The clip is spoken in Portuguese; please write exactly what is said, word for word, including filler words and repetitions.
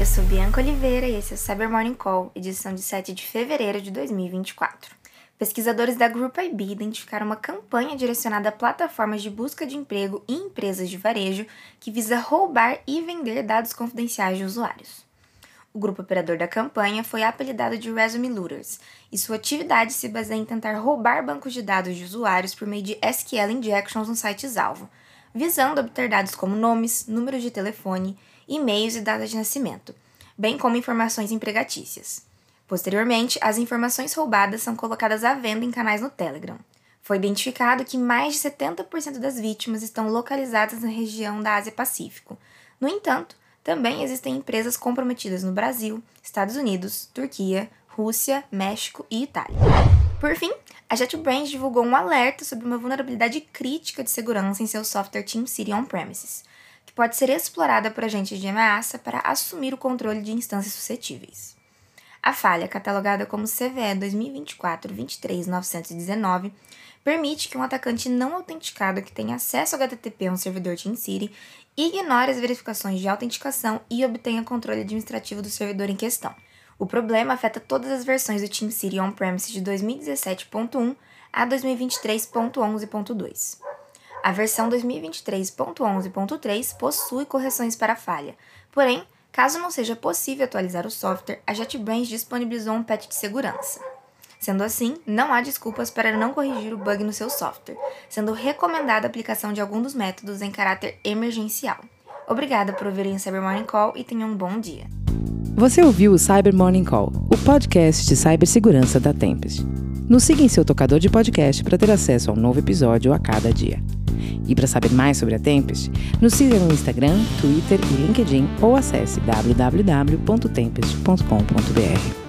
eu sou Bianca Oliveira e esse é o Cyber Morning Call, edição de sete de fevereiro de dois mil e vinte e quatro. Pesquisadores da Group I B identificaram uma campanha direcionada a plataformas de busca de emprego e empresas de varejo que visa roubar e vender dados confidenciais de usuários. O grupo operador da campanha foi apelidado de Resume Looters, e sua atividade se baseia em tentar roubar bancos de dados de usuários por meio de S Q L injections nos sites-alvo, visando obter dados como nomes, números de telefone, e-mails e data de nascimento, bem como informações empregatícias. Posteriormente, as informações roubadas são colocadas à venda em canais no Telegram. Foi identificado que mais de setenta por cento das vítimas estão localizadas na região da Ásia-Pacífico. No entanto, também existem empresas comprometidas no Brasil, Estados Unidos, Turquia, Rússia, México e Itália. Por fim, a JetBrains divulgou um alerta sobre uma vulnerabilidade crítica de segurança em seu software TeamCity On-Premises, que pode ser explorada por agentes de ameaça para assumir o controle de instâncias suscetíveis. A falha, catalogada como C V E dois mil e vinte e quatro vinte e três novecentos e dezenove, permite que um atacante não autenticado que tenha acesso ao H T T P a um servidor TeamCity ignore as verificações de autenticação e obtenha controle administrativo do servidor em questão. O problema afeta todas as versões do TeamCity On-Premises de dois mil e dezessete ponto um a dois mil e vinte e três ponto onze ponto dois. A versão dois mil e vinte e três ponto onze ponto três possui correções para a falha, porém, caso não seja possível atualizar o software, a JetBrains disponibilizou um patch de segurança. Sendo assim, não há desculpas para não corrigir o bug no seu software, sendo recomendada a aplicação de algum dos métodos em caráter emergencial. Obrigada por ouvirem o Cyber Morning Call e tenham um bom dia. Você ouviu o Cyber Morning Call, o podcast de cibersegurança da Tempest. Nos siga em seu tocador de podcast para ter acesso a um novo episódio a cada dia. E para saber mais sobre a Tempest, nos siga no Instagram, Twitter e LinkedIn ou acesse w w w ponto tempest ponto com ponto b r.